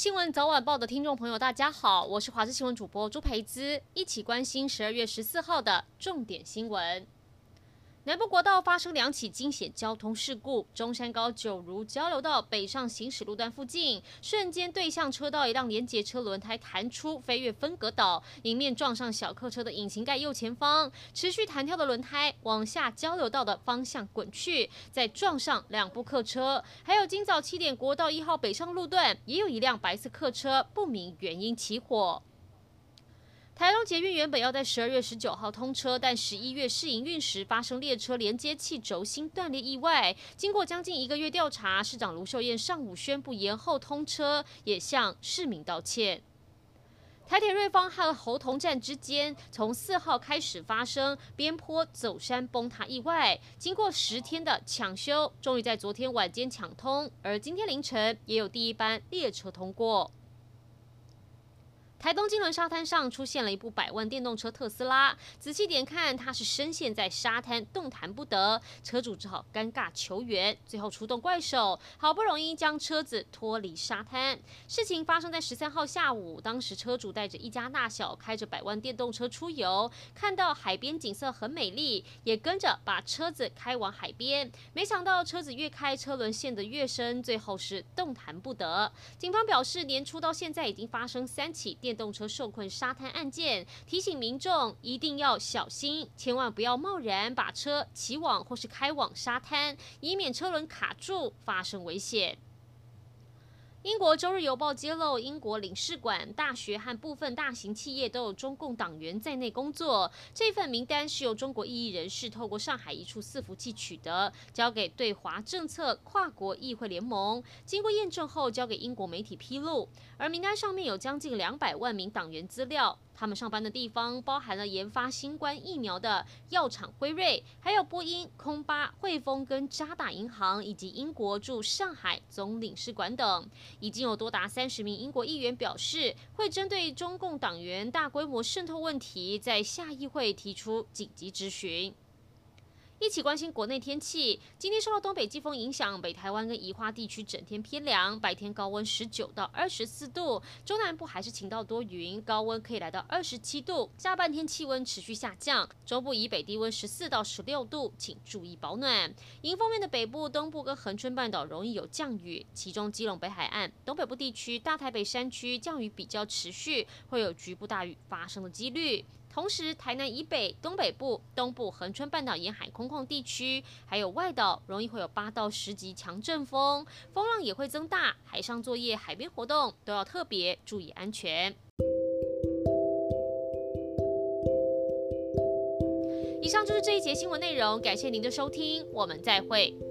新闻早晚报的听众朋友，大家好，我是华视新闻主播朱培姿，一起关心12月14号的重点新闻。南部国道发生2起惊险交通事故，中山高九如交流道北上行驶路段附近，瞬间对向车道一辆连结车轮胎弹出，飞越分隔岛，迎面撞上小客车的引擎盖右前方，持续弹跳的轮胎往下交流道的方向滚去，再撞上2部客车。还有今早7点国道1号北上路段，也有一辆白色客车不明原因起火。台东捷运原本要在12月19号通车，但11月试营运时发生列车连接器轴心断裂意外。经过将近1个月调查，市长卢秀燕上午宣布延后通车，也向市民道歉。台铁瑞芳和猴硐站之间，从4号开始发生边坡走山崩塌意外，经过10天的抢修，终于在昨天晚间抢通，而今天凌晨也有第一班列车通过。台东金轮沙滩上出现了一部100万电动车特斯拉，仔细点看，它是深陷在沙滩，动弹不得，车主只好尴尬求援，最后出动怪手，好不容易将车子脱离沙滩。事情发生在13号下午，当时车主带着一家大小开着100万电动车出游，看到海边景色很美丽，也跟着把车子开往海边，没想到车子越开，车轮陷得越深，最后是动弹不得。警方表示，年初到现在已经发生3起电动车受困沙滩案件，提醒民众一定要小心，千万不要贸然把车骑往或是开往沙滩，以免车轮卡住发生危险。英国《周日邮报》揭露，英国领事馆、大学和部分大型企业都有中共党员在内工作。这份名单是由中国异议人士透过上海一处伺服器取得，交给对华政策跨国议会联盟，经过验证后交给英国媒体披露。而名单上面有将近200万名党员资料。他们上班的地方包含了研发新冠疫苗的药厂辉瑞，还有波音、空巴、汇丰跟渣打银行，以及英国驻上海总领事馆等。已经有多达30名英国议员表示，会针对中共党员大规模渗透问题，在下议会提出紧急质询。一起关心国内天气，今天受到东北季风影响，北台湾跟宜花地区整天偏凉，白天高温19到24度，中南部还是晴到多云，高温可以来到27度，下半天气温持续下降，中部以北低温14到16度，请注意保暖。迎风面的北部、东部跟恒春半岛容易有降雨，其中基隆北海岸、东北部地区、大台北山区降雨比较持续，会有局部大雨发生的几率。同时，台南以北、东北部、东部恒春半岛沿海空旷地区，还有外岛，容易会有8到10级强阵风，风浪也会增大。海上作业、海边活动都要特别注意安全。以上就是这一节新闻内容，感谢您的收听，我们再会。